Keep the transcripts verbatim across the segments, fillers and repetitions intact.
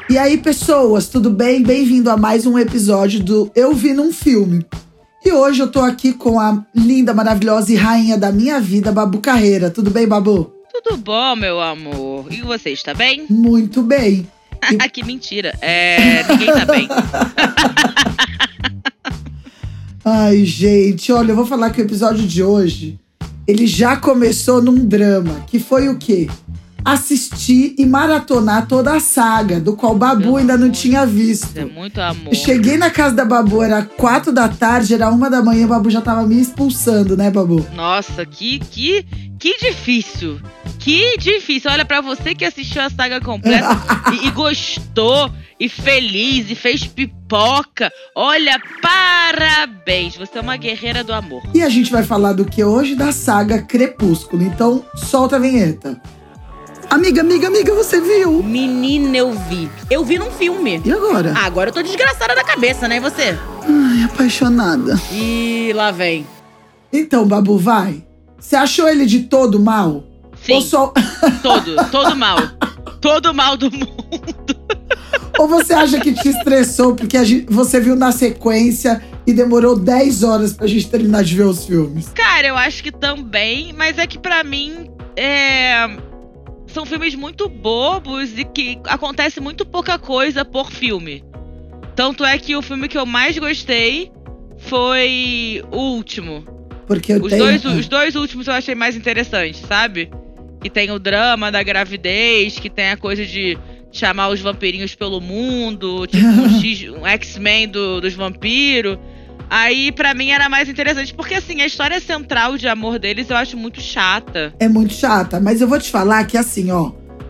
E aí, pessoas, tudo bem? Bem-vindo a mais um episódio do Eu Vi Num Filme. E hoje eu tô aqui com a linda, maravilhosa e rainha da minha vida, Babu Carreira. Tudo bem, Babu? Tudo bom, meu amor. E você, está bem? Muito bem. E... que mentira. É, ninguém tá bem. Ai, gente, olha, eu vou falar que o episódio de hoje, ele já começou num drama, que foi o quê? Assistir e maratonar toda a saga, do qual o Babu Meu ainda amor, não tinha visto. É muito amor. Eu cheguei na casa da Babu, era quatro da tarde, era uma da manhã, o Babu já tava me expulsando, né, Babu? Nossa, que, que, que difícil. Que difícil. Olha, pra você que assistiu a saga completa e, e gostou, e feliz, e fez pipoca, olha, parabéns. Você é uma guerreira do amor. E a gente vai falar do que hoje? Da saga Crepúsculo. Então, solta a vinheta. Amiga, amiga, amiga, você viu? Menina, eu vi. Eu vi num filme. E agora? Ah, agora eu tô desgraçada da cabeça, né? E você? Ai, apaixonada. Ih, lá vem. Então, Babu, vai. Você achou ele de todo mal? Sim, Ou só... todo, todo mal. Todo mal do mundo. Ou você acha que te estressou porque a gente, você viu na sequência e demorou dez horas pra gente terminar de ver os filmes? Cara, eu acho que também, mas é que pra mim, é... são filmes muito bobos e que acontece muito pouca coisa por filme. Tanto é que o filme que eu mais gostei foi o último. Porque eu os, tenho... dois, os dois últimos eu achei mais interessantes, sabe? Que tem o drama da gravidez, que tem a coisa de chamar os vampirinhos pelo mundo, tipo um, X, um X-Men do, dos vampiros. Aí, pra mim, era mais interessante. Porque, assim, a história central de amor deles eu acho muito chata. É muito chata, mas eu vou te falar que, assim, ó...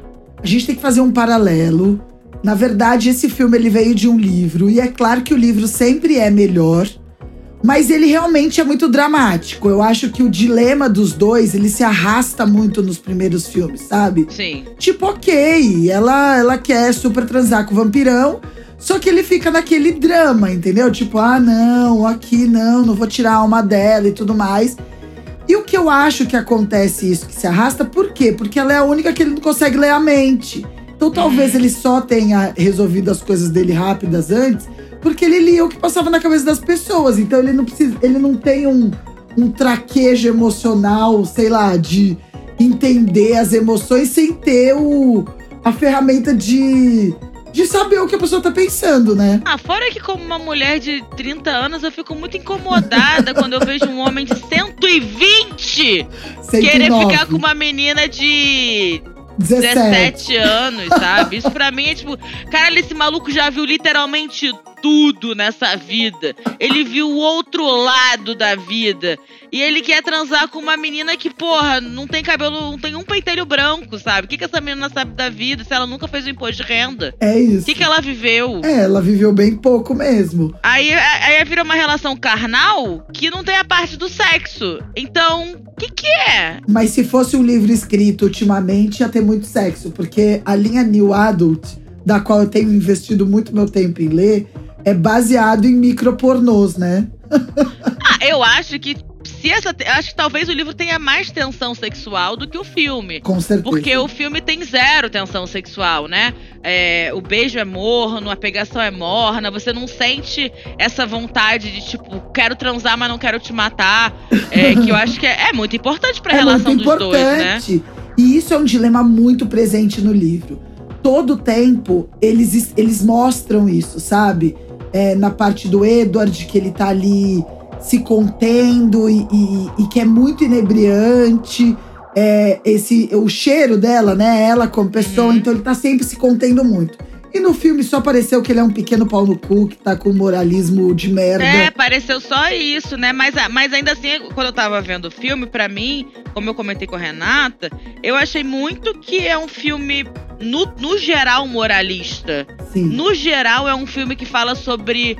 A gente tem que fazer um paralelo. Na verdade, esse filme, ele veio de um livro. E é claro que o livro sempre é melhor. Mas ele realmente é muito dramático. Eu acho que o dilema dos dois, ele se arrasta muito nos primeiros filmes, sabe? Sim. Tipo, ok, ela, ela quer super transar com o vampirão, só que ele fica naquele drama, entendeu? Tipo, ah, não, aqui não, não vou tirar a alma dela e tudo mais. E o que eu acho que acontece isso, que se arrasta, por quê? Porque ela é a única que ele não consegue ler a mente. Então talvez ele só tenha resolvido as coisas dele rápidas antes, porque ele lia o que passava na cabeça das pessoas. Então ele não precisa, ele não tem um, um traquejo emocional, sei lá, de entender as emoções sem ter o, a ferramenta de, de saber o que a pessoa tá pensando, né? Ah, fora que como uma mulher de trinta anos, eu fico muito incomodada quando eu vejo um homem de cento e vinte querer ficar com uma menina de... dezessete anos, sabe? Isso pra mim é tipo... Caralho, esse maluco já viu literalmente tudo nessa vida. Ele viu o outro lado da vida. E ele quer transar com uma menina que, porra, não tem cabelo, não tem um pentelho branco, sabe? O que, que essa menina sabe da vida se ela nunca fez o imposto de renda? É isso. O que, que ela viveu? É, ela viveu bem pouco mesmo. Aí, aí vira uma relação carnal que não tem a parte do sexo. Então, o que que é? Mas se fosse um livro escrito ultimamente, ia ter muito sexo. Porque a linha New Adult, da qual eu tenho investido muito meu tempo em ler, é baseado em micropornôs, né? Ah, eu acho que se essa, acho que talvez o livro tenha mais tensão sexual do que o filme. Com certeza. Porque o filme tem zero tensão sexual, né? É, o beijo é morno, a pegação é morna, você não sente essa vontade de, tipo, quero transar, mas não quero te matar. É, que eu acho que é, é muito importante pra é relação muito dos dois, né? E isso é um dilema muito presente no livro. Todo tempo, eles, eles mostram isso, sabe? É, na parte do Edward, que ele tá ali se contendo e, e, e que é muito inebriante. É, esse, o cheiro dela, né? Ela como pessoa, uhum. Então ele tá sempre se contendo muito. E no filme só pareceu que ele é um pequeno pau no cu, que tá com moralismo de merda. É, pareceu só isso, né? Mas, mas ainda assim, quando eu tava vendo o filme, pra mim, como eu comentei com a Renata, eu achei muito que é um filme, no, no geral, moralista. Sim. No geral, é um filme que fala sobre...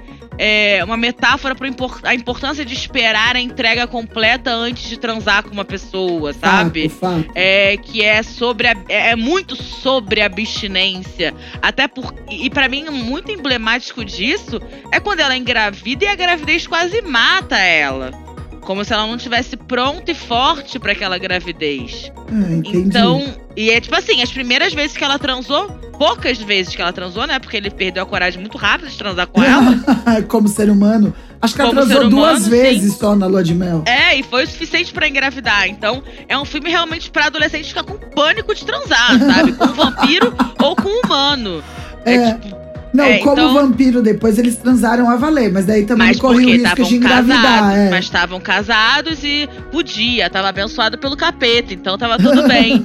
É uma metáfora para a importância de esperar a entrega completa antes de transar com uma pessoa, sabe? Fato, fato. É, que é sobre a, é muito sobre abstinência. Até por, e para mim, muito emblemático disso é quando ela engravida e a gravidez quase mata ela. Como se ela não estivesse pronta e forte para aquela gravidez. Ah, entendi. Então, e é tipo assim, as primeiras vezes que ela transou, poucas vezes que ela transou, né? Porque ele perdeu a coragem muito rápido de transar com ela. Como ser humano. Acho que Como ela transou humano, duas vezes sim. só na lua de mel. É, e foi o suficiente pra engravidar. Então, é um filme realmente pra adolescente ficar com pânico de transar, sabe? Com um vampiro ou com um humano. É, é tipo... Não, é, como então... vampiro, depois eles transaram a valer. Mas daí também mas corria o risco de engravidar. Casados, é. Mas estavam casados e podia. Tava abençoado pelo capeta, então tava tudo bem.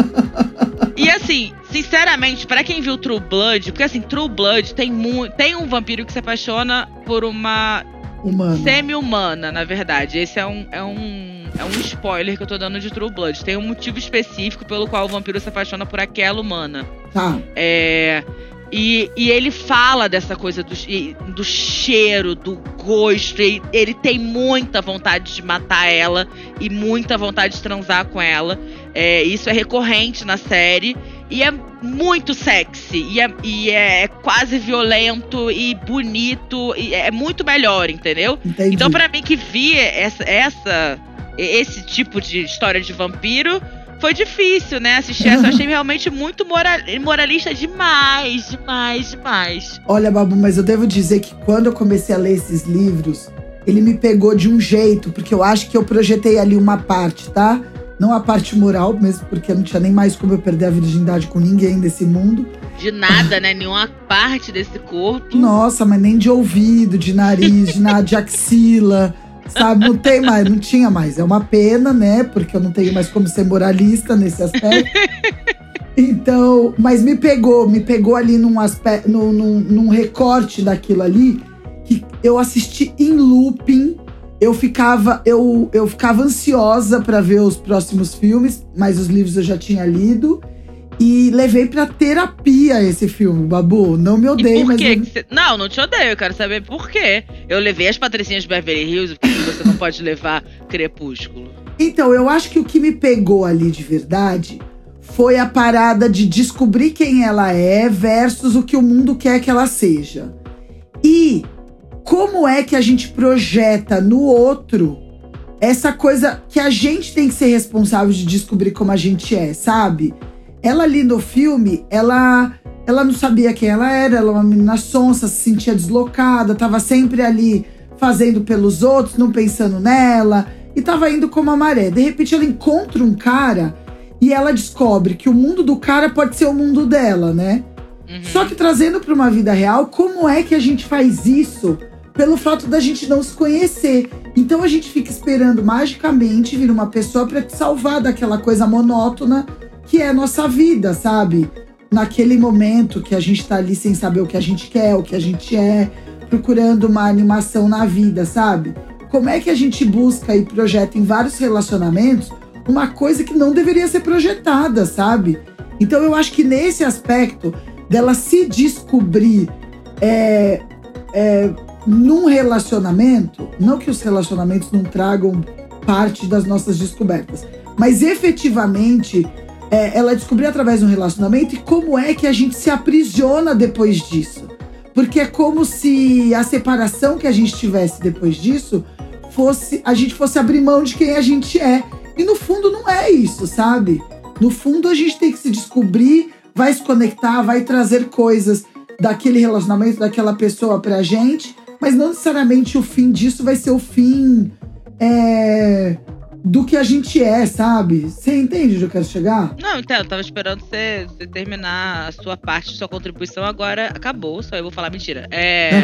E assim, sinceramente, pra quem viu True Blood... Porque assim, True Blood tem, mu- tem um vampiro que se apaixona por uma... Humana. Semi-humana, na verdade. Esse é um, é, um, é um spoiler que eu tô dando de True Blood. Tem um motivo específico pelo qual o vampiro se apaixona por aquela humana. Tá. É... E, e ele fala dessa coisa do, do cheiro, do gosto. Ele, ele tem muita vontade de matar ela e muita vontade de transar com ela. É, isso é recorrente na série. E é muito sexy. E é, e é quase violento e bonito. E é muito melhor, entendeu? Entendi. Então, pra mim que vi essa, essa, esse tipo de história de vampiro... Foi difícil, né, assistir essa. Eu achei realmente muito moral, moralista demais, demais, demais. Olha, Babu, mas eu devo dizer que quando eu comecei a ler esses livros, ele me pegou de um jeito, porque eu acho que eu projetei ali uma parte, tá? Não a parte moral mesmo, porque não tinha nem mais como eu perder a virgindade com ninguém desse mundo. De nada, né? Nenhuma parte desse corpo. Nossa, mas nem de ouvido, de nariz, de nada, de axila... Sabe, não tem mais, não tinha mais. É uma pena, né? Porque eu não tenho mais como ser moralista nesse aspecto. Então, mas me pegou, me pegou ali num aspecto, num, num, num recorte daquilo ali, que eu assisti em looping. Eu ficava, eu, eu ficava ansiosa pra ver os próximos filmes, mas os livros eu já tinha lido. E levei pra terapia esse filme, Babu. Não me odeie, mas... Eu... Cê... Não, não te odeio. Eu quero saber por quê. Eu levei as Patricinhas de Beverly Hills, porque você não pode levar Crepúsculo. Então, eu acho que o que me pegou ali de verdade foi a parada de descobrir quem ela é versus o que o mundo quer que ela seja. E como é que a gente projeta no outro essa coisa que a gente tem que ser responsável de descobrir como a gente é, sabe? Ela ali no filme, ela, ela não sabia quem ela era, ela era uma menina sonsa, se sentia deslocada, tava sempre ali fazendo pelos outros, não pensando nela, e tava indo como a maré. De repente ela encontra um cara e ela descobre que o mundo do cara pode ser o mundo dela, né? Uhum. Só que trazendo para uma vida real, como é que a gente faz isso pelo fato da gente não se conhecer? Então a gente fica esperando magicamente vir uma pessoa para te salvar daquela coisa monótona que é a nossa vida, sabe? Naquele momento que a gente tá ali sem saber o que a gente quer, o que a gente é, procurando uma animação na vida, sabe? Como é que a gente busca e projeta em vários relacionamentos uma coisa que não deveria ser projetada, sabe? Então eu acho que nesse aspecto dela se descobrir é, é, num relacionamento, não que os relacionamentos não tragam parte das nossas descobertas, mas efetivamente... É, ela descobriu através de um relacionamento e como é que a gente se aprisiona depois disso. Porque é como se a separação que a gente tivesse depois disso fosse a gente fosse abrir mão de quem a gente é. E no fundo não é isso, sabe? No fundo a gente tem que se descobrir, vai se conectar, vai trazer coisas daquele relacionamento, daquela pessoa pra gente, mas não necessariamente o fim disso vai ser o fim... É... do que a gente é, sabe? Você entende onde eu quero chegar? Não, então, eu tava esperando você, você terminar a sua parte, sua contribuição, agora acabou, só eu vou falar mentira. É...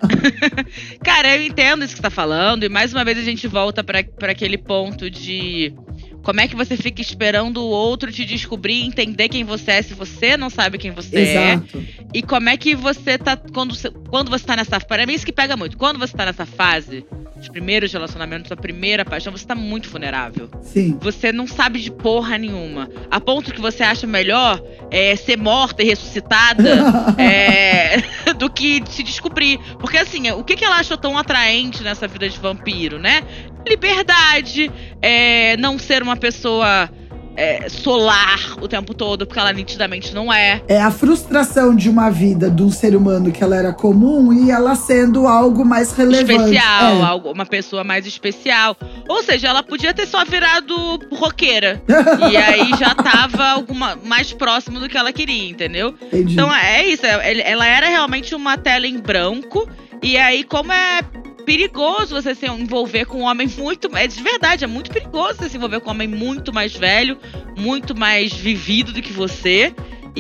Cara, eu entendo isso que você tá falando, e mais uma vez a gente volta pra, pra aquele ponto de... Como é que você fica esperando o outro te descobrir e entender quem você é se você não sabe quem você Exato. é? E como é que você tá... Quando você, quando você tá nessa... Para mim isso que pega muito. Quando você tá nessa fase, os primeiros relacionamentos, a primeira paixão, você tá muito vulnerável. Sim. Você não sabe de porra nenhuma. A ponto que você acha melhor é, ser morta e ressuscitada é, do que se descobrir. Porque assim, o que, que ela achou tão atraente nessa vida de vampiro, né? Liberdade, é, não ser uma pessoa é, solar o tempo todo, porque ela nitidamente não é. É a frustração de uma vida de um ser humano que ela era comum e ela sendo algo mais relevante. Especial, é. algo, uma pessoa mais especial. Ou seja, ela podia ter só virado roqueira. E aí já tava alguma, mais próximo do que ela queria, entendeu? Entendi. Então é isso, ela era realmente uma tela em branco. E aí, como é perigoso você se envolver com um homem muito… É de verdade, é muito perigoso você se envolver com um homem muito mais velho, muito mais vivido do que você.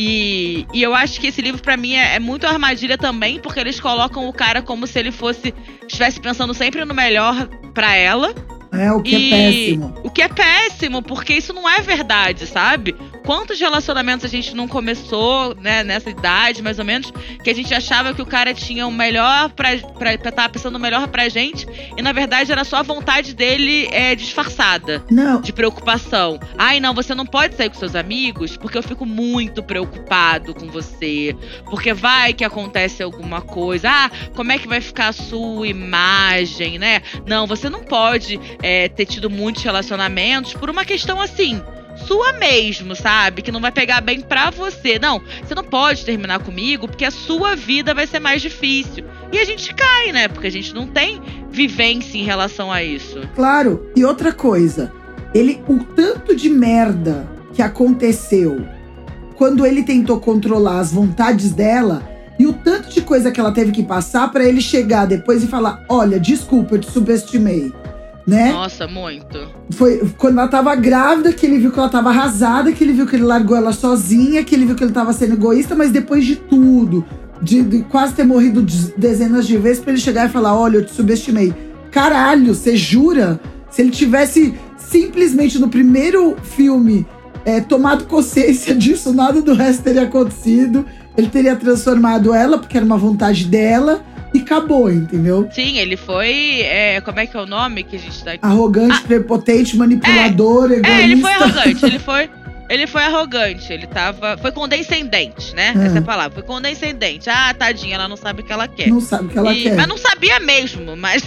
E, e eu acho que esse livro, pra mim, é, é muito armadilha também, porque eles colocam o cara como se ele fosse… estivesse pensando sempre no melhor pra ela. É, o que e, é péssimo. O que é péssimo, porque isso não é verdade, sabe? Quantos relacionamentos a gente não começou, né, nessa idade, mais ou menos, que a gente achava que o cara tinha o melhor pra, pra, pra tava pensando o melhor pra gente, e na verdade era só a vontade dele é, disfarçada. Não. De preocupação. Ai, não, você não pode sair com seus amigos, porque eu fico muito preocupado com você. Porque vai que acontece alguma coisa. Ah, como é que vai ficar a sua imagem, né? Não, você não pode é, ter tido muitos relacionamentos por uma questão assim… sua mesmo, sabe? Que não vai pegar bem pra você. Não, você não pode terminar comigo porque a sua vida vai ser mais difícil. E a gente cai, né? Porque a gente não tem vivência em relação a isso. Claro. E outra coisa, ele, o tanto de merda que aconteceu quando ele tentou controlar as vontades dela e o tanto de coisa que ela teve que passar pra ele chegar depois e falar: olha, desculpa, eu te subestimei. Né? Nossa, muito. Foi quando ela tava grávida que ele viu que ela tava arrasada, que ele viu que ele largou ela sozinha, que ele viu que ele tava sendo egoísta, mas depois de tudo, de, de quase ter morrido dezenas de vezes, pra ele chegar e falar: olha, eu te subestimei. Caralho, você jura? Se ele tivesse simplesmente no primeiro filme é, tomado consciência disso, nada do resto teria acontecido. Ele teria transformado ela, porque era uma vontade dela. E acabou, entendeu? Sim, ele foi… É, como é que é o nome que a gente tá aqui? Arrogante, ah, prepotente, manipulador, é, egoísta. É, ele foi arrogante, ele foi… Ele foi arrogante, ele tava… Foi condescendente, né? É. Essa é a palavra, foi condescendente. Ah, tadinha, ela não sabe o que ela quer. Não sabe o que ela e, quer. Mas não sabia mesmo, mas…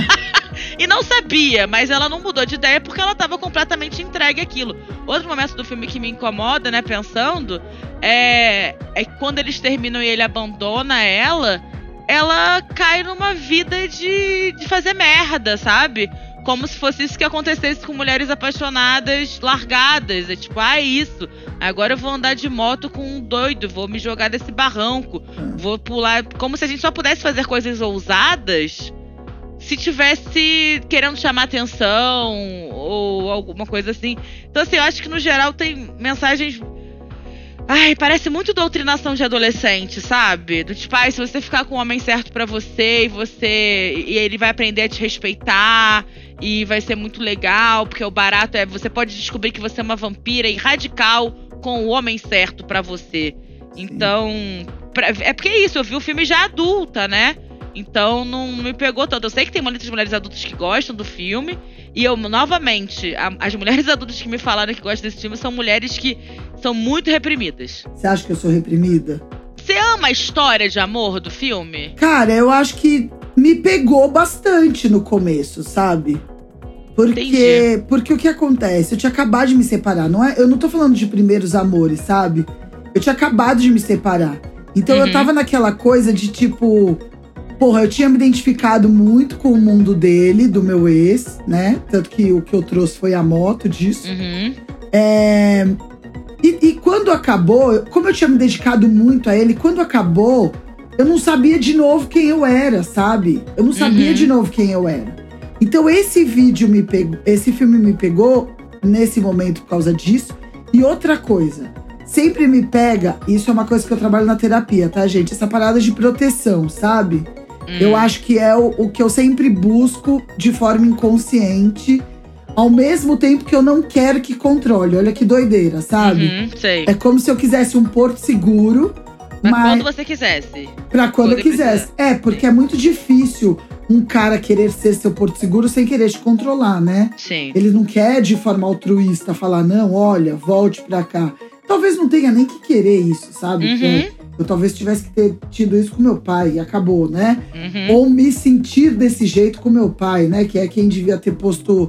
E não sabia, mas ela não mudou de ideia porque ela tava completamente entregue àquilo. Outro momento do filme que me incomoda, né, pensando, é, é quando eles terminam e ele abandona ela… Ela cai numa vida de, de fazer merda, sabe? Como se fosse isso que acontecesse com mulheres apaixonadas largadas. É tipo, ah, é isso. Agora eu vou andar de moto com um doido, vou me jogar desse barranco, vou pular. Como se a gente só pudesse fazer coisas ousadas se tivesse querendo chamar atenção ou alguma coisa assim. Então, assim, eu acho que no geral tem mensagens… Ai, parece muito doutrinação de adolescente, sabe? Do tipo, ai, se você ficar com o homem certo pra você e você… E ele vai aprender a te respeitar e vai ser muito legal, porque o barato é… Você pode descobrir que você é uma vampira e radical com o homem certo pra você. Sim. Então… Pra, é porque é isso, eu vi o filme já adulta, né? Então não me pegou tanto. Eu sei que tem muitas mulheres adultas que gostam do filme. E eu, novamente, a, as mulheres adultas que me falaram que gostam desse filme são mulheres que são muito reprimidas. Você acha que eu sou reprimida? Você ama a história de amor do filme? Cara, eu acho que me pegou bastante no começo, sabe? Porque, Entendi. porque o que acontece? Eu tinha acabado de me separar. Não é, eu não tô falando de primeiros amores, sabe? Eu tinha acabado de me separar. Então uhum. eu tava naquela coisa de tipo… Porra, eu tinha me identificado muito com o mundo dele, do meu ex, né? Tanto que o que eu trouxe foi a moto disso. Uhum. É… E, e quando acabou, como eu tinha me dedicado muito a ele, quando acabou, eu não sabia de novo quem eu era, sabe? Eu não sabia uhum. de novo quem eu era. Então esse vídeo me pegou, esse filme me pegou nesse momento por causa disso. E outra coisa, sempre me pega, isso é uma coisa que eu trabalho na terapia, tá, gente? Essa parada de proteção, sabe? Hum. Eu acho que é o, o que eu sempre busco de forma inconsciente, ao mesmo tempo que eu não quero que controle. Olha que doideira, sabe? Uhum, sei. É como se eu quisesse um porto seguro. Pra mas quando você quisesse. Pra quando, quando eu quisesse. Precisa. É, porque é muito difícil um cara querer ser seu porto seguro sem querer te controlar, né? Sim. Ele não quer de forma altruísta falar, não, olha, volte pra cá. Talvez não tenha nem que querer isso, sabe? Uhum. Eu, eu talvez tivesse que ter tido isso com meu pai e acabou, né? Uhum. Ou me sentir desse jeito com meu pai, né? Que é quem devia ter posto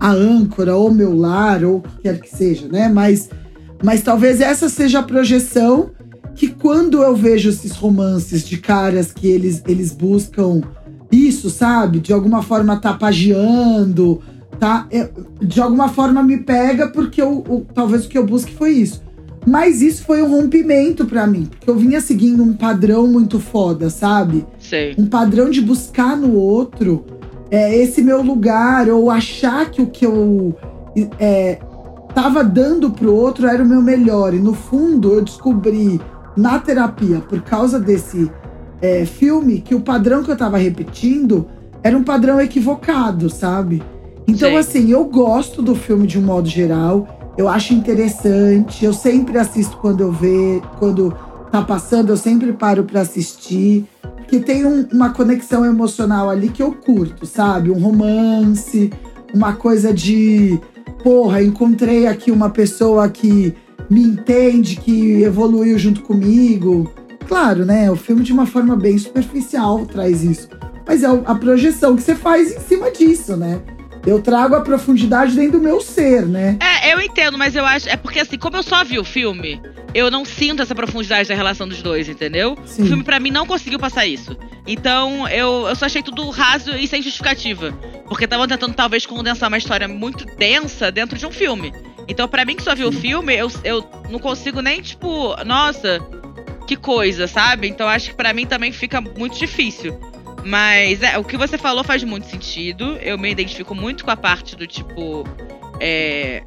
a âncora, ou meu lar, ou o que quer que seja, né? Mas, mas talvez essa seja a projeção que quando eu vejo esses romances de caras que eles, eles buscam isso, sabe? De alguma forma tá pagiando, tá? De alguma forma me pega porque eu, eu, talvez o que eu busque foi isso. Mas isso foi um rompimento pra mim. Porque eu vinha seguindo um padrão muito foda, sabe? Sei. Um padrão de buscar no outro é, esse meu lugar, ou achar que o que eu é, tava dando pro outro era o meu melhor. E no fundo eu descobri na terapia, por causa desse é, filme, que o padrão que eu tava repetindo era um padrão equivocado, sabe? Então, Sim. assim, eu gosto do filme de um modo geral. Eu acho interessante. Eu sempre assisto quando eu vejo, quando tá passando, eu sempre paro pra assistir. Porque tem um, uma conexão emocional ali que eu curto, sabe? Um romance, uma coisa de… Porra, encontrei aqui uma pessoa que me entende, que evoluiu junto comigo. Claro, né? O filme, de uma forma bem superficial, traz isso. Mas é a projeção que você faz em cima disso, né? Eu trago a profundidade dentro do meu ser, né? É, eu entendo, mas eu acho… É porque, assim, como eu só vi o filme, eu não sinto essa profundidade da relação dos dois, entendeu? Sim. O filme, pra mim, não conseguiu passar isso. Então, eu, eu só achei tudo raso e sem justificativa. Porque estavam tentando, talvez, condensar uma história muito densa dentro de um filme. Então, pra mim, que só viu o filme, eu, eu não consigo nem, tipo… Nossa, que coisa, sabe? Então, acho que pra mim também fica muito difícil. Mas é, o que você falou faz muito sentido. Eu me identifico muito com a parte do tipo… É,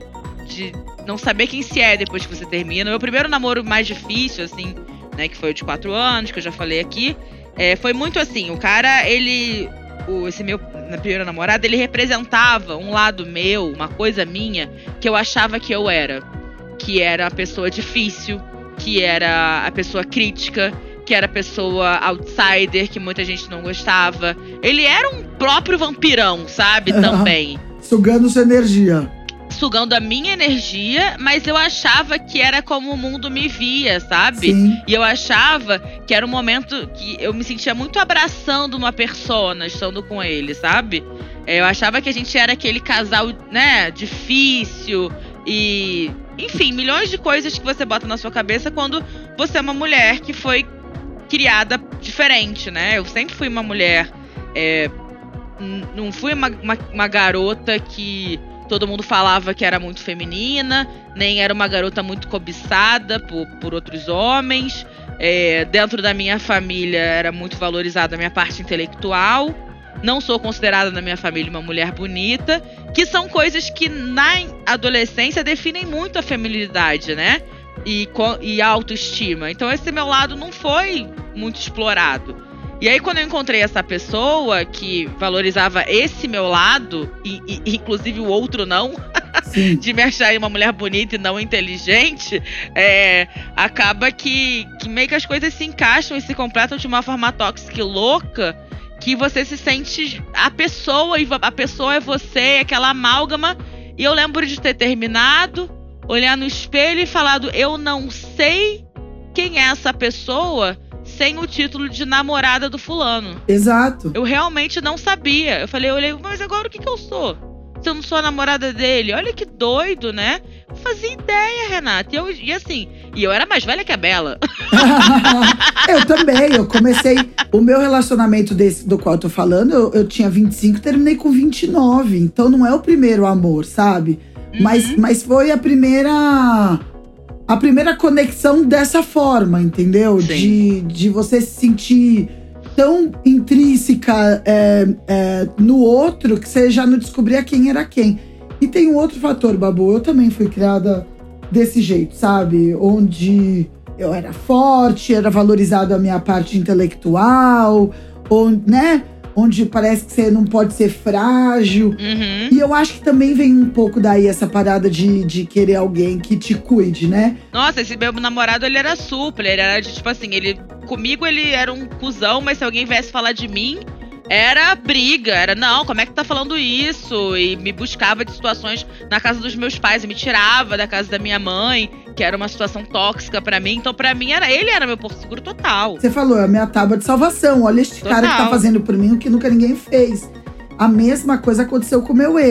de não saber quem se é depois que você termina. O meu primeiro namoro mais difícil, assim, né, que foi o de quatro anos, que eu já falei aqui, é, foi muito assim, o cara, ele… O, esse meu na primeira namorada, ele representava um lado meu, uma coisa minha, que eu achava que eu era. Que era a pessoa difícil, que era a pessoa crítica, que era a pessoa outsider, que muita gente não gostava. Ele era um próprio vampirão, sabe? Também. Sugando sua energia. Sugando a minha energia, mas eu achava que era como o mundo me via, sabe? Sim. E eu achava que era um momento que eu me sentia muito abraçando uma persona, estando com ele, sabe? Eu achava que a gente era aquele casal, né, difícil e… Enfim, milhões de coisas que você bota na sua cabeça quando você é uma mulher que foi criada diferente, né? Eu sempre fui uma mulher… É, não fui uma, uma, uma garota que… Todo mundo falava que era muito feminina, nem era uma garota muito cobiçada por, por outros homens. É, dentro da minha família era muito valorizada a minha parte intelectual. Não sou considerada na minha família uma mulher bonita, que são coisas que na adolescência definem muito a feminilidade, né? E, e a autoestima. Então esse meu lado não foi muito explorado. E aí, quando eu encontrei essa pessoa que valorizava esse meu lado, e, e inclusive o outro não, de me achar uma mulher bonita e não inteligente, é, acaba que, que meio que as coisas se encaixam e se completam de uma forma tóxica e louca, que você se sente a pessoa, e a pessoa é você, aquela amálgama. E eu lembro de ter terminado, olhar no espelho e falado, eu não sei quem é essa pessoa sem o título de namorada do fulano. Exato. Eu realmente não sabia. Eu falei, eu olhei, mas agora o que que eu sou? Se eu não sou a namorada dele? Olha que doido, né? Não fazia ideia, Renata. E, eu, e assim, e eu era mais velha que a Bela. Eu também, eu comecei… O meu relacionamento desse, do qual eu tô falando, eu, eu tinha vinte e cinco, terminei com vinte e nove. Então não é o primeiro amor, sabe? Uhum. Mas, mas foi a primeira… A primeira conexão dessa forma, entendeu? De, de você se sentir tão intrínseca é, é, no outro que você já não descobria quem era quem. E tem um outro fator, Babu. Eu também fui criada desse jeito, sabe? Onde eu era forte, era valorizado a minha parte intelectual, onde, né? Onde parece que você não pode ser frágil. Uhum. E eu acho que também vem um pouco daí essa parada de, de querer alguém que te cuide, né? Nossa, esse meu namorado, ele era super. Ele era de, tipo assim, ele… Comigo ele era um cuzão, mas se alguém viesse falar de mim, era briga. Era, não, como é que tá falando isso? E me buscava de situações na casa dos meus pais. E me tirava da casa da minha mãe, que era uma situação tóxica pra mim. Então, pra mim, era ele era meu porto seguro total. Você falou, é a minha tábua de salvação. Olha este Total. cara que tá fazendo por mim o que nunca ninguém fez. A mesma coisa aconteceu com o meu ex.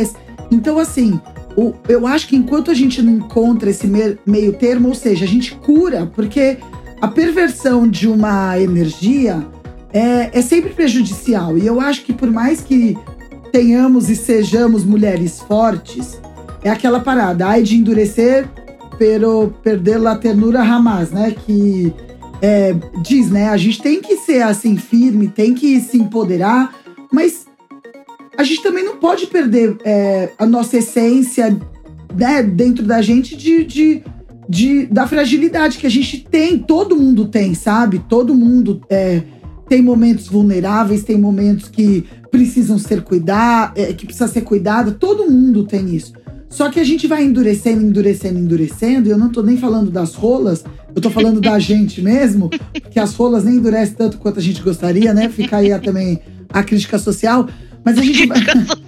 Então, assim, o, eu acho que enquanto a gente não encontra esse me, meio termo, ou seja, a gente cura, porque a perversão de uma energia é, é sempre prejudicial. E eu acho que por mais que tenhamos e sejamos mulheres fortes, é aquela parada, ai de endurecer, pero perder la ternura jamás, né? Que é, diz, né? A gente tem que ser assim firme, tem que se empoderar, mas a gente também não pode perder é, a nossa essência, né, dentro da gente de, de, de, da fragilidade que a gente tem. Todo mundo tem, sabe? Todo mundo é, tem momentos vulneráveis, tem momentos que precisam ser cuidados, é, que precisa ser cuidada. Todo mundo tem isso. Só que a gente vai endurecendo, endurecendo, endurecendo. E eu não tô nem falando das rolas, eu tô falando da gente mesmo, que as rolas nem endurecem tanto quanto a gente gostaria, né? Fica aí a, também a crítica social. Mas a gente vai...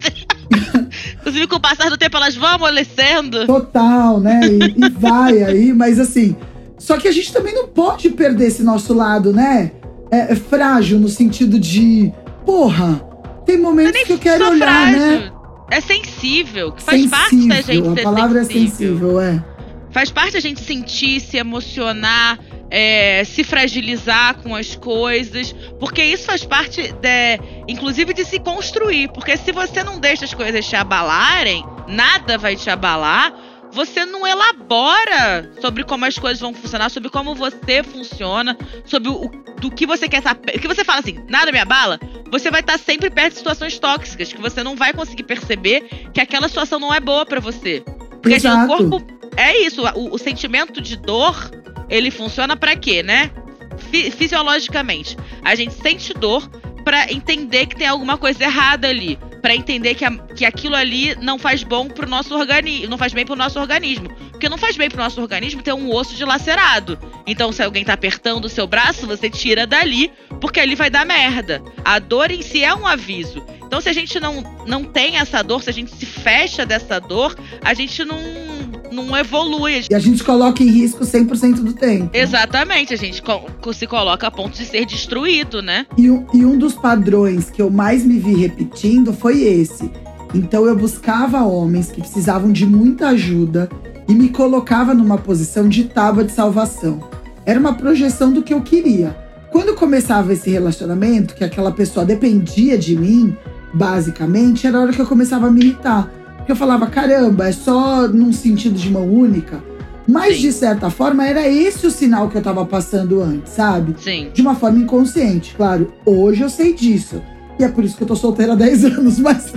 Inclusive, com o passar do tempo, elas vão amolecendo. Total, né? E, e vai aí, mas assim... Só que a gente também não pode perder esse nosso lado, né? É, é frágil no sentido de... Porra, tem momentos que eu quero olhar, frágil. Né? É sensível, que faz sensível, parte da gente ser a palavra sensível. É sensível, é. Faz parte da gente sentir, se emocionar, é, se fragilizar com as coisas. Porque isso faz parte, de, inclusive, de se construir. Porque se você não deixa as coisas te abalarem, nada vai te abalar. Você não elabora sobre como as coisas vão funcionar, sobre como você funciona, sobre o do que você quer saber. O que você fala assim, nada me abala, você vai estar sempre perto de situações tóxicas, que você não vai conseguir perceber que aquela situação não é boa pra você. Porque assim, o corpo é isso, o, o sentimento de dor, ele funciona pra quê, né? Fi- fisiologicamente. A gente sente dor pra entender que tem alguma coisa errada ali. Pra entender que, a, que aquilo ali não faz bom pro nosso organismo, não faz bem pro nosso organismo. Porque não faz bem pro nosso organismo ter um osso dilacerado. Então, se alguém tá apertando o seu braço, você tira dali, porque ali vai dar merda. A dor em si é um aviso. Então, se a gente não, não tem essa dor, se a gente se fecha dessa dor, a gente não, não evolui. E a gente coloca em risco cem por cento do tempo. Exatamente, a gente co- se coloca a ponto de ser destruído, né? E um, e um dos padrões que eu mais me vi repetindo foi esse. Então eu buscava homens que precisavam de muita ajuda e me colocava numa posição de tábua de salvação. Era uma projeção do que eu queria. Quando começava esse relacionamento, que aquela pessoa dependia de mim, basicamente, era a hora que eu começava a me irritar. Porque eu falava, caramba, é só num sentido de mão única. Mas, Sim. de certa forma, era esse o sinal que eu tava passando antes, sabe? Sim. De uma forma inconsciente, claro. Hoje eu sei disso. E é por isso que eu tô solteira há dez anos, mas...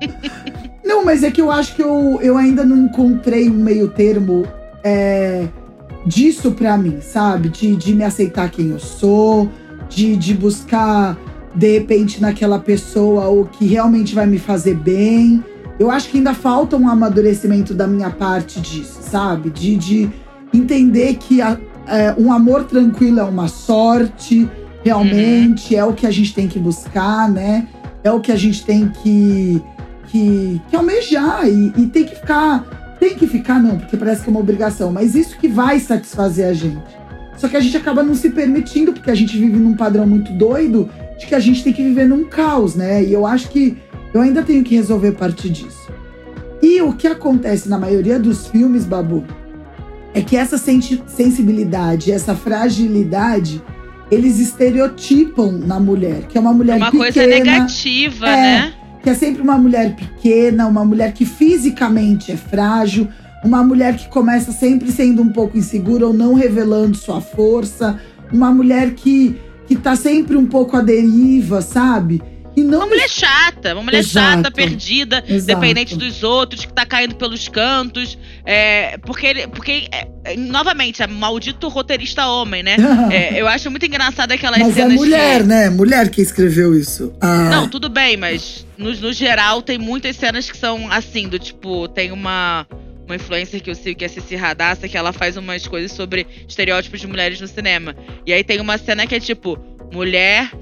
Não, mas é que eu acho que eu, eu ainda não encontrei um meio termo é, disso pra mim, sabe? De, de me aceitar quem eu sou, de, de buscar, de repente, naquela pessoa o que realmente vai me fazer bem. Eu acho que ainda falta um amadurecimento da minha parte disso, sabe? De, de entender que a, é, um amor tranquilo é uma sorte, realmente, uhum. é o que a gente tem que buscar, né? É o que a gente tem que, que, que almejar e, e tem que ficar... Tem que ficar, não, porque parece que é uma obrigação, mas isso que vai satisfazer a gente. Só que a gente acaba não se permitindo, porque a gente vive num padrão muito doido de que a gente tem que viver num caos, né? E eu acho que eu ainda tenho que resolver parte disso. E o que acontece na maioria dos filmes, Babu, é que essa sensibilidade, essa fragilidade, eles estereotipam na mulher, que é uma mulher uma pequena. Uma coisa negativa, é, né? Que é sempre uma mulher pequena, uma mulher que fisicamente é frágil, uma mulher que começa sempre sendo um pouco insegura ou não revelando sua força, uma mulher que, que tá sempre um pouco à deriva, sabe? E não uma mulher chata, uma mulher Exato. chata, perdida, Exato. dependente dos outros, que tá caindo pelos cantos. É, porque, ele, porque é, novamente, é maldito roteirista homem, né? É, eu acho muito engraçado aquelas mas cenas. Mas é mulher, que... né? Mulher que escreveu isso. Ah. Não, tudo bem, mas no, no geral tem muitas cenas que são assim, do tipo, tem uma... Uma influencer que eu sigo, que é a Cici Radassa, que ela faz umas coisas sobre estereótipos de mulheres no cinema. E aí tem uma cena que é tipo, mulher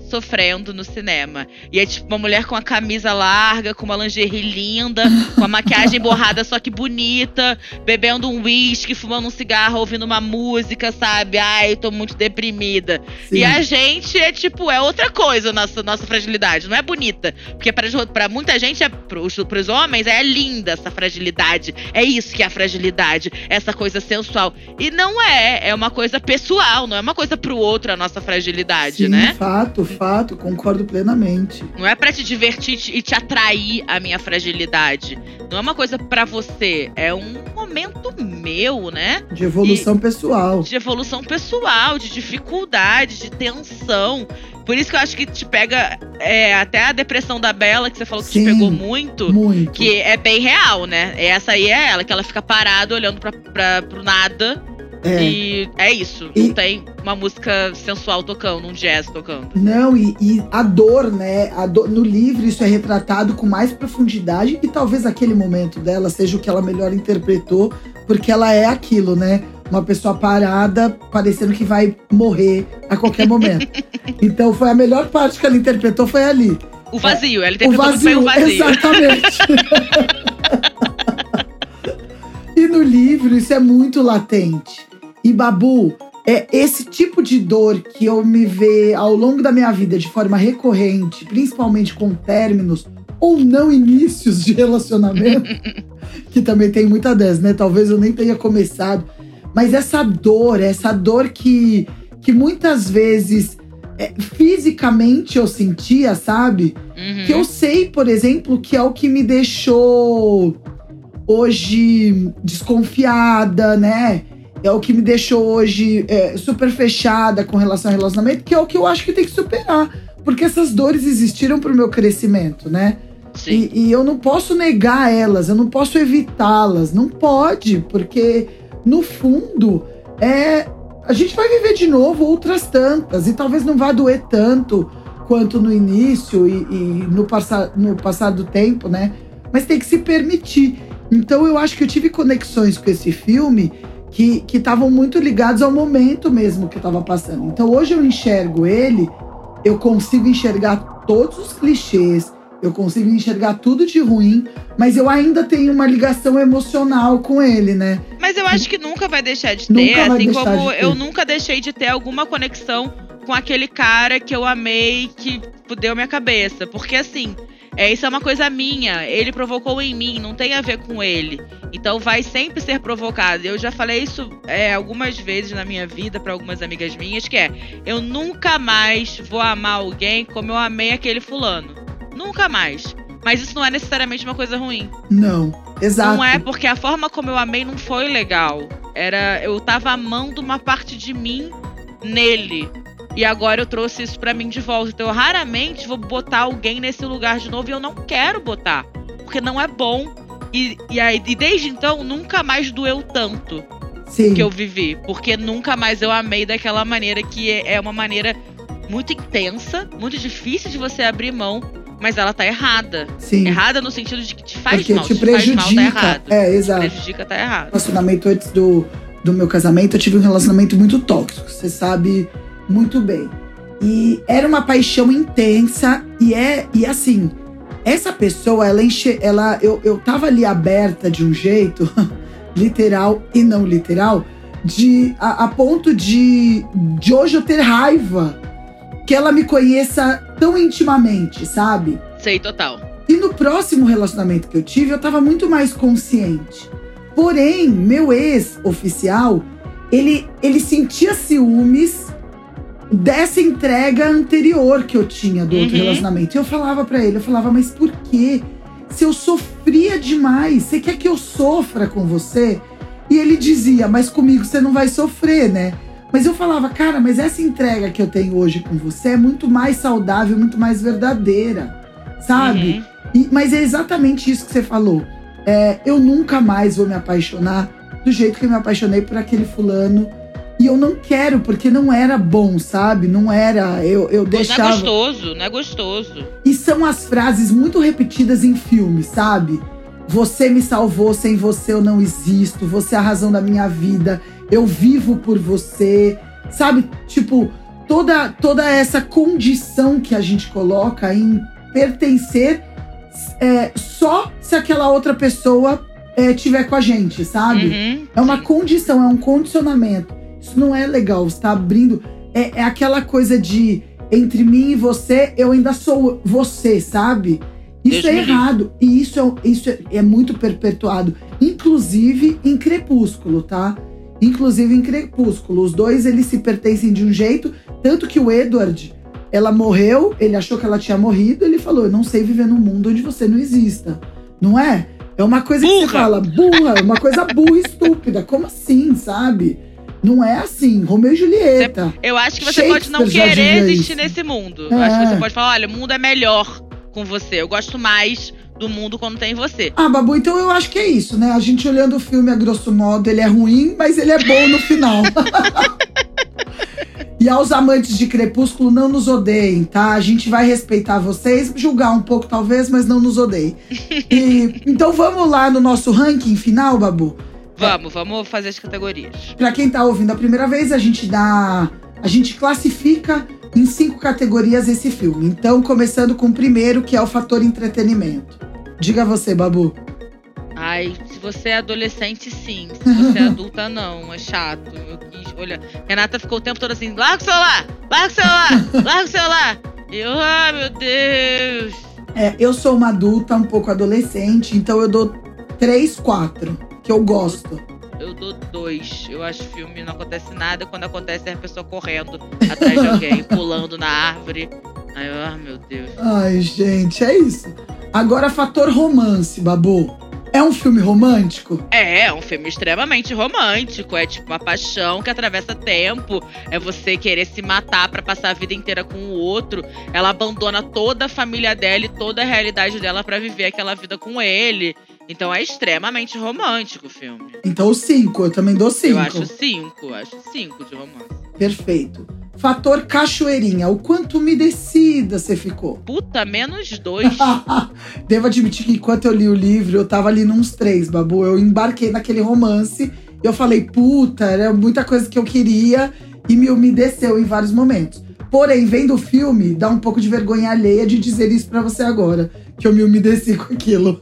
sofrendo no cinema. E é tipo uma mulher com a camisa larga, com uma lingerie linda, com a maquiagem borrada só que bonita, bebendo um uísque, fumando um cigarro, ouvindo uma música, sabe? Ai, tô muito deprimida. Sim. E a gente é tipo, é outra coisa, nossa, nossa fragilidade. Não é bonita. Porque pra, pra muita gente, é, pros, pros homens, é linda essa fragilidade. É isso que é a fragilidade. Essa coisa sensual. E não é. É uma coisa pessoal. Não é uma coisa pro outro a nossa fragilidade, Sim, né? fato, fato. Concordo plenamente. Não é pra te divertir e te atrair a minha fragilidade. Não é uma coisa pra você. É um momento meu, né? De evolução e, pessoal. De evolução pessoal, de dificuldade, de tensão. Por isso que eu acho que te pega é, até a depressão da Bella, que você falou que Sim, te pegou muito, muito. Que é bem real, né? Essa aí é ela, que ela fica parada olhando pra, pra, pro nada. É. E é isso, e, não tem uma música sensual tocando, um jazz tocando. Não, e, e a dor, né? A dor, no livro isso é retratado com mais profundidade. E talvez aquele momento dela seja o que ela melhor interpretou, porque ela é aquilo, né? Uma pessoa parada, parecendo que vai morrer a qualquer momento. Então foi a melhor parte que ela interpretou, foi ali. O vazio, ela interpretou o vazio, o vazio. Exatamente. E no livro isso é muito latente. E, Babu, é esse tipo de dor que eu me vê ao longo da minha vida de forma recorrente, principalmente com términos ou não inícios de relacionamento, que também tem muita dessas, né? Talvez eu nem tenha começado. Mas essa dor, essa dor que, que muitas vezes é, fisicamente eu sentia, sabe? Uhum. Que eu sei, por exemplo, que é o que me deixou hoje desconfiada, né? É o que me deixou hoje é, super fechada com relação ao relacionamento, que é o que eu acho que tem que superar. Porque essas dores existiram pro meu crescimento, né? Sim. E, e eu não posso negar elas, eu não posso evitá-las. Não pode, porque no fundo, é, a gente vai viver de novo outras tantas. E talvez não vá doer tanto quanto no início e, e no, passar, no passar do tempo, né? Mas tem que se permitir. Então eu acho que eu tive conexões com esse filme que estavam muito ligados ao momento mesmo que eu tava passando. Então hoje eu enxergo ele, eu consigo enxergar todos os clichês, eu consigo enxergar tudo de ruim, mas eu ainda tenho uma ligação emocional com ele, né? Mas eu acho que nunca vai deixar de ter, nunca assim como de ter. Eu nunca deixei de ter alguma conexão com aquele cara que eu amei, que fudeu minha cabeça. Porque assim, é, isso é uma coisa minha, ele provocou em mim, não tem a ver com ele. Então vai sempre ser provocado. Eu já falei isso é, algumas vezes na minha vida para algumas amigas minhas, que é, eu nunca mais vou amar alguém como eu amei aquele fulano. Nunca mais. Mas isso não é necessariamente uma coisa ruim. Não, exato. Não é, porque a forma como eu amei não foi legal. Era, eu tava amando uma parte de mim nele. E agora eu trouxe isso pra mim de volta. Então eu raramente vou botar alguém nesse lugar de novo, e eu não quero botar. Porque não é bom. E, e, aí, e desde então, nunca mais doeu tanto. Sim. Que eu vivi. Porque nunca mais eu amei daquela maneira, que é, é uma maneira muito intensa, muito difícil de você abrir mão, mas ela tá errada. Sim. Errada no sentido de que te faz Porque mal. te te prejudica. Faz mal, tá errado. É, exato. Te prejudica, tá errado. Relacionamento antes do, do meu casamento, eu tive um relacionamento muito tóxico. Você sabe muito bem. E era uma paixão intensa. E é e assim, essa pessoa, ela enche, ela, eu, eu tava ali aberta de um jeito, literal e não literal, de, a, a ponto de, de hoje eu ter raiva que ela me conheça tão intimamente, sabe? Sei, total. E no próximo relacionamento que eu tive, eu tava muito mais consciente. Porém, meu ex-oficial, ele, ele sentia ciúmes dessa entrega anterior que eu tinha do outro uhum. relacionamento. E eu falava pra ele, eu falava, mas por quê? Se eu sofria demais, você quer que eu sofra com você? E ele dizia, mas comigo você não vai sofrer, né? Mas eu falava, cara, mas essa entrega que eu tenho hoje com você é muito mais saudável, muito mais verdadeira, sabe? Uhum. E, mas é exatamente isso que você falou. É, eu nunca mais vou me apaixonar do jeito que eu me apaixonei por aquele fulano. E eu não quero, porque não era bom, sabe? Não era, eu, eu deixava... Não é gostoso, não é gostoso. E são as frases muito repetidas em filmes, sabe? Você me salvou, sem você eu não existo. Você é a razão da minha vida. Eu vivo por você. Sabe? Tipo, toda, toda essa condição que a gente coloca em pertencer é, só se aquela outra pessoa é, tiver com a gente, sabe? Uhum, é uma sim. condição, é um condicionamento. Isso não é legal, você tá abrindo… É, é aquela coisa de… Entre mim e você, eu ainda sou você, sabe? Isso Deus é me errado. E isso, é, isso é, é muito perpetuado. Inclusive em Crepúsculo, tá? Inclusive em Crepúsculo. Os dois, eles se pertencem de um jeito. Tanto que o Edward, ela morreu, ele achou que ela tinha morrido. Ele falou, eu não sei viver num mundo onde você não exista. Não é? É uma coisa burra. Que você fala, burra. Uma coisa burra e estúpida. Como assim, sabe? Não é assim, Romeu e Julieta. Eu acho que você pode não querer existir isso. nesse mundo. É. Eu acho que você pode falar, olha, o mundo é melhor com você. Eu gosto mais do mundo quando tem você. Ah, Babu, então eu acho que é isso, né? A gente olhando o filme a grosso modo, ele é ruim, mas ele é bom no final. E aos amantes de Crepúsculo, não nos odeiem, tá? A gente vai respeitar vocês, julgar um pouco talvez, mas não nos odeiem. E, então vamos lá no nosso ranking final, Babu? Vamos, vamos fazer as categorias. Pra quem tá ouvindo a primeira vez, a gente dá… A gente classifica em cinco categorias esse filme. Então, começando com o primeiro, que é o fator entretenimento. Diga você, Babu. Ai, se você é adolescente, sim. Se você é adulta, não. É chato. Eu quis… Olha, Renata ficou o tempo todo assim, larga o celular! Larga o celular! Larga o celular! Eu, ai, meu Deus! É, eu sou uma adulta, um pouco adolescente, então eu dou três, quatro. Que eu gosto. Eu dou dois. Eu acho que filme não acontece nada. Quando acontece é a pessoa correndo atrás de alguém, pulando na árvore. Ai, oh, meu Deus. Ai, gente, é isso. Agora, fator romance, Babu. É um filme romântico? É, é um filme extremamente romântico. É tipo uma paixão que atravessa tempo. É você querer se matar pra passar a vida inteira com o outro. Ela abandona toda a família dela e toda a realidade dela pra viver aquela vida com ele. Então é extremamente romântico o filme. Então cinco, eu também dou cinco. Eu acho cinco, acho cinco de romance. Perfeito. Fator cachoeirinha, o quanto umedecida você ficou? Puta, menos dois. Devo admitir que enquanto eu li o livro, eu tava ali nos três, Babu. Eu embarquei naquele romance e eu falei, puta, era muita coisa que eu queria e me umedeceu em vários momentos. Porém, vendo o filme, dá um pouco de vergonha alheia de dizer isso pra você agora, que eu me umedeci com aquilo.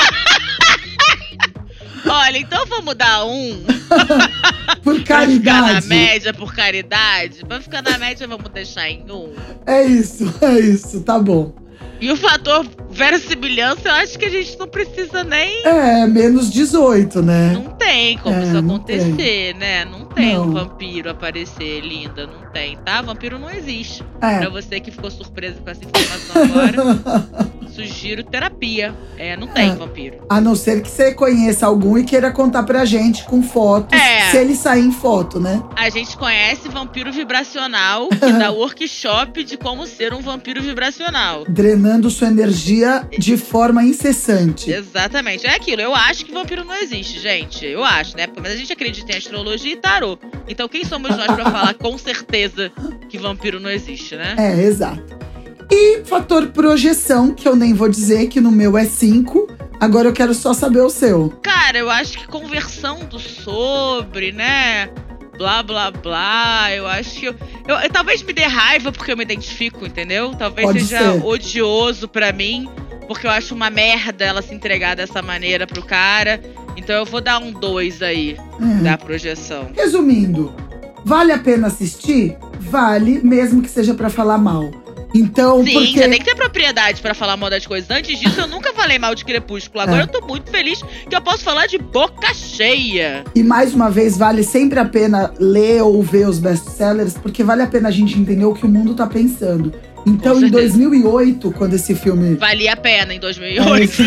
Olha, então vamos dar um. Por caridade. Pra ficar na média, por caridade. Pra ficar na média, vamos deixar em um. É isso, é isso, tá bom. E o fator verossimilhança, eu acho que a gente não precisa nem… É, menos dezoito, né? Não tem como é, isso acontecer, tem. né? Não tem não. um vampiro aparecer, linda, não tem, tá? Vampiro não existe. É. Pra você que ficou surpresa com essa informação agora, sugiro terapia. É, não tem é. vampiro. A não ser que você conheça algum e queira contar pra gente com fotos, é. se ele sair em foto, né? A gente conhece vampiro vibracional, que dá workshop de como ser um vampiro vibracional. Drenando sua energia de forma incessante. Exatamente. É aquilo. Eu acho que vampiro não existe, gente. Eu acho, né? Mas a gente acredita em astrologia e tarô. Então quem somos nós pra falar com certeza que vampiro não existe, né? É, exato. E fator projeção, que eu nem vou dizer, que no meu é cinco. Agora eu quero só saber o seu. Cara, eu acho que conversando sobre, né? Blá, blá, blá. Eu acho que… Eu, eu, eu talvez me dê raiva porque eu me identifico, entendeu? Talvez Pode seja ser. odioso pra mim, porque eu acho uma merda ela se entregar dessa maneira pro cara. Então eu vou dar um dois aí, é. da projeção. Resumindo, vale a pena assistir? Vale, mesmo que seja pra falar mal. Então, Sim, porque… você tem que ter propriedade pra falar mal das coisas. Antes disso, eu nunca falei mal de Crepúsculo. Agora é. eu tô muito feliz que eu posso falar de boca cheia. E mais uma vez, vale sempre a pena ler ou ver os best-sellers, porque vale a pena a gente entender o que o mundo tá pensando. Então, em dois mil e oito, quando esse filme… Valia a pena em dois mil e oito.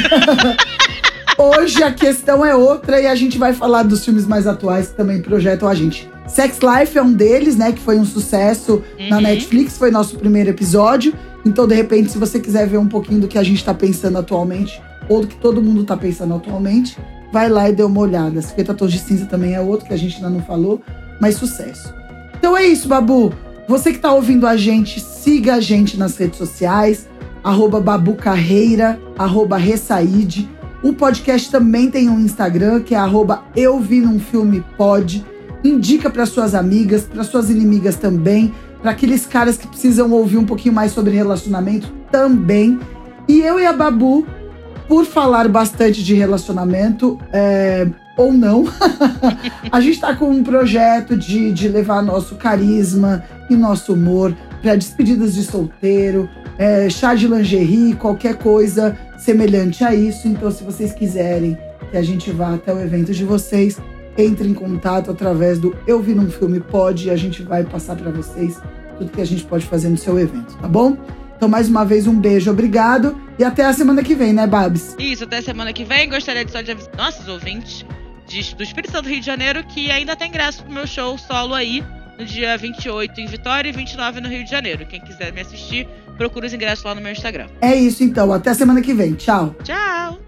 É Hoje a questão é outra e a gente vai falar dos filmes mais atuais que também projetam a gente. Sex Life é um deles, né? Que foi um sucesso uhum. na Netflix, foi nosso primeiro episódio. Então, de repente, se você quiser ver um pouquinho do que a gente tá pensando atualmente, ou do que todo mundo tá pensando atualmente, vai lá e dê uma olhada. cinquenta Tons de Cinza também é outro que a gente ainda não falou, mas sucesso. Então é isso, Babu. Você que tá ouvindo a gente, siga a gente nas redes sociais, arroba Babu Carreira, arroba Ressaíde. O podcast também tem um Instagram, que é arroba Eu Vi Num Filme Pod. Indica para suas amigas, para suas inimigas também. Para aqueles caras que precisam ouvir um pouquinho mais sobre relacionamento também. E eu e a Babu, por falar bastante de relacionamento, é, ou não, a gente tá com um projeto de, de levar nosso carisma e nosso humor para despedidas de solteiro, é, chá de lingerie, qualquer coisa semelhante a isso. Então, se vocês quiserem que a gente vá até o evento de vocês, entre em contato através do Eu Vi Num Filme Pode e a gente vai passar para vocês tudo que a gente pode fazer no seu evento, tá bom? Então, mais uma vez, um beijo, obrigado. E até a semana que vem, né, Babs? Isso, até a semana que vem. Gostaria de só de avisar nossos ouvintes de, do Espírito Santo, Rio de Janeiro, que ainda tem ingresso pro meu show solo aí, no dia vinte e oito em Vitória e vinte e nove no Rio de Janeiro. Quem quiser me assistir, procura os ingressos lá no meu Instagram. É isso, então. Até a semana que vem. Tchau. Tchau.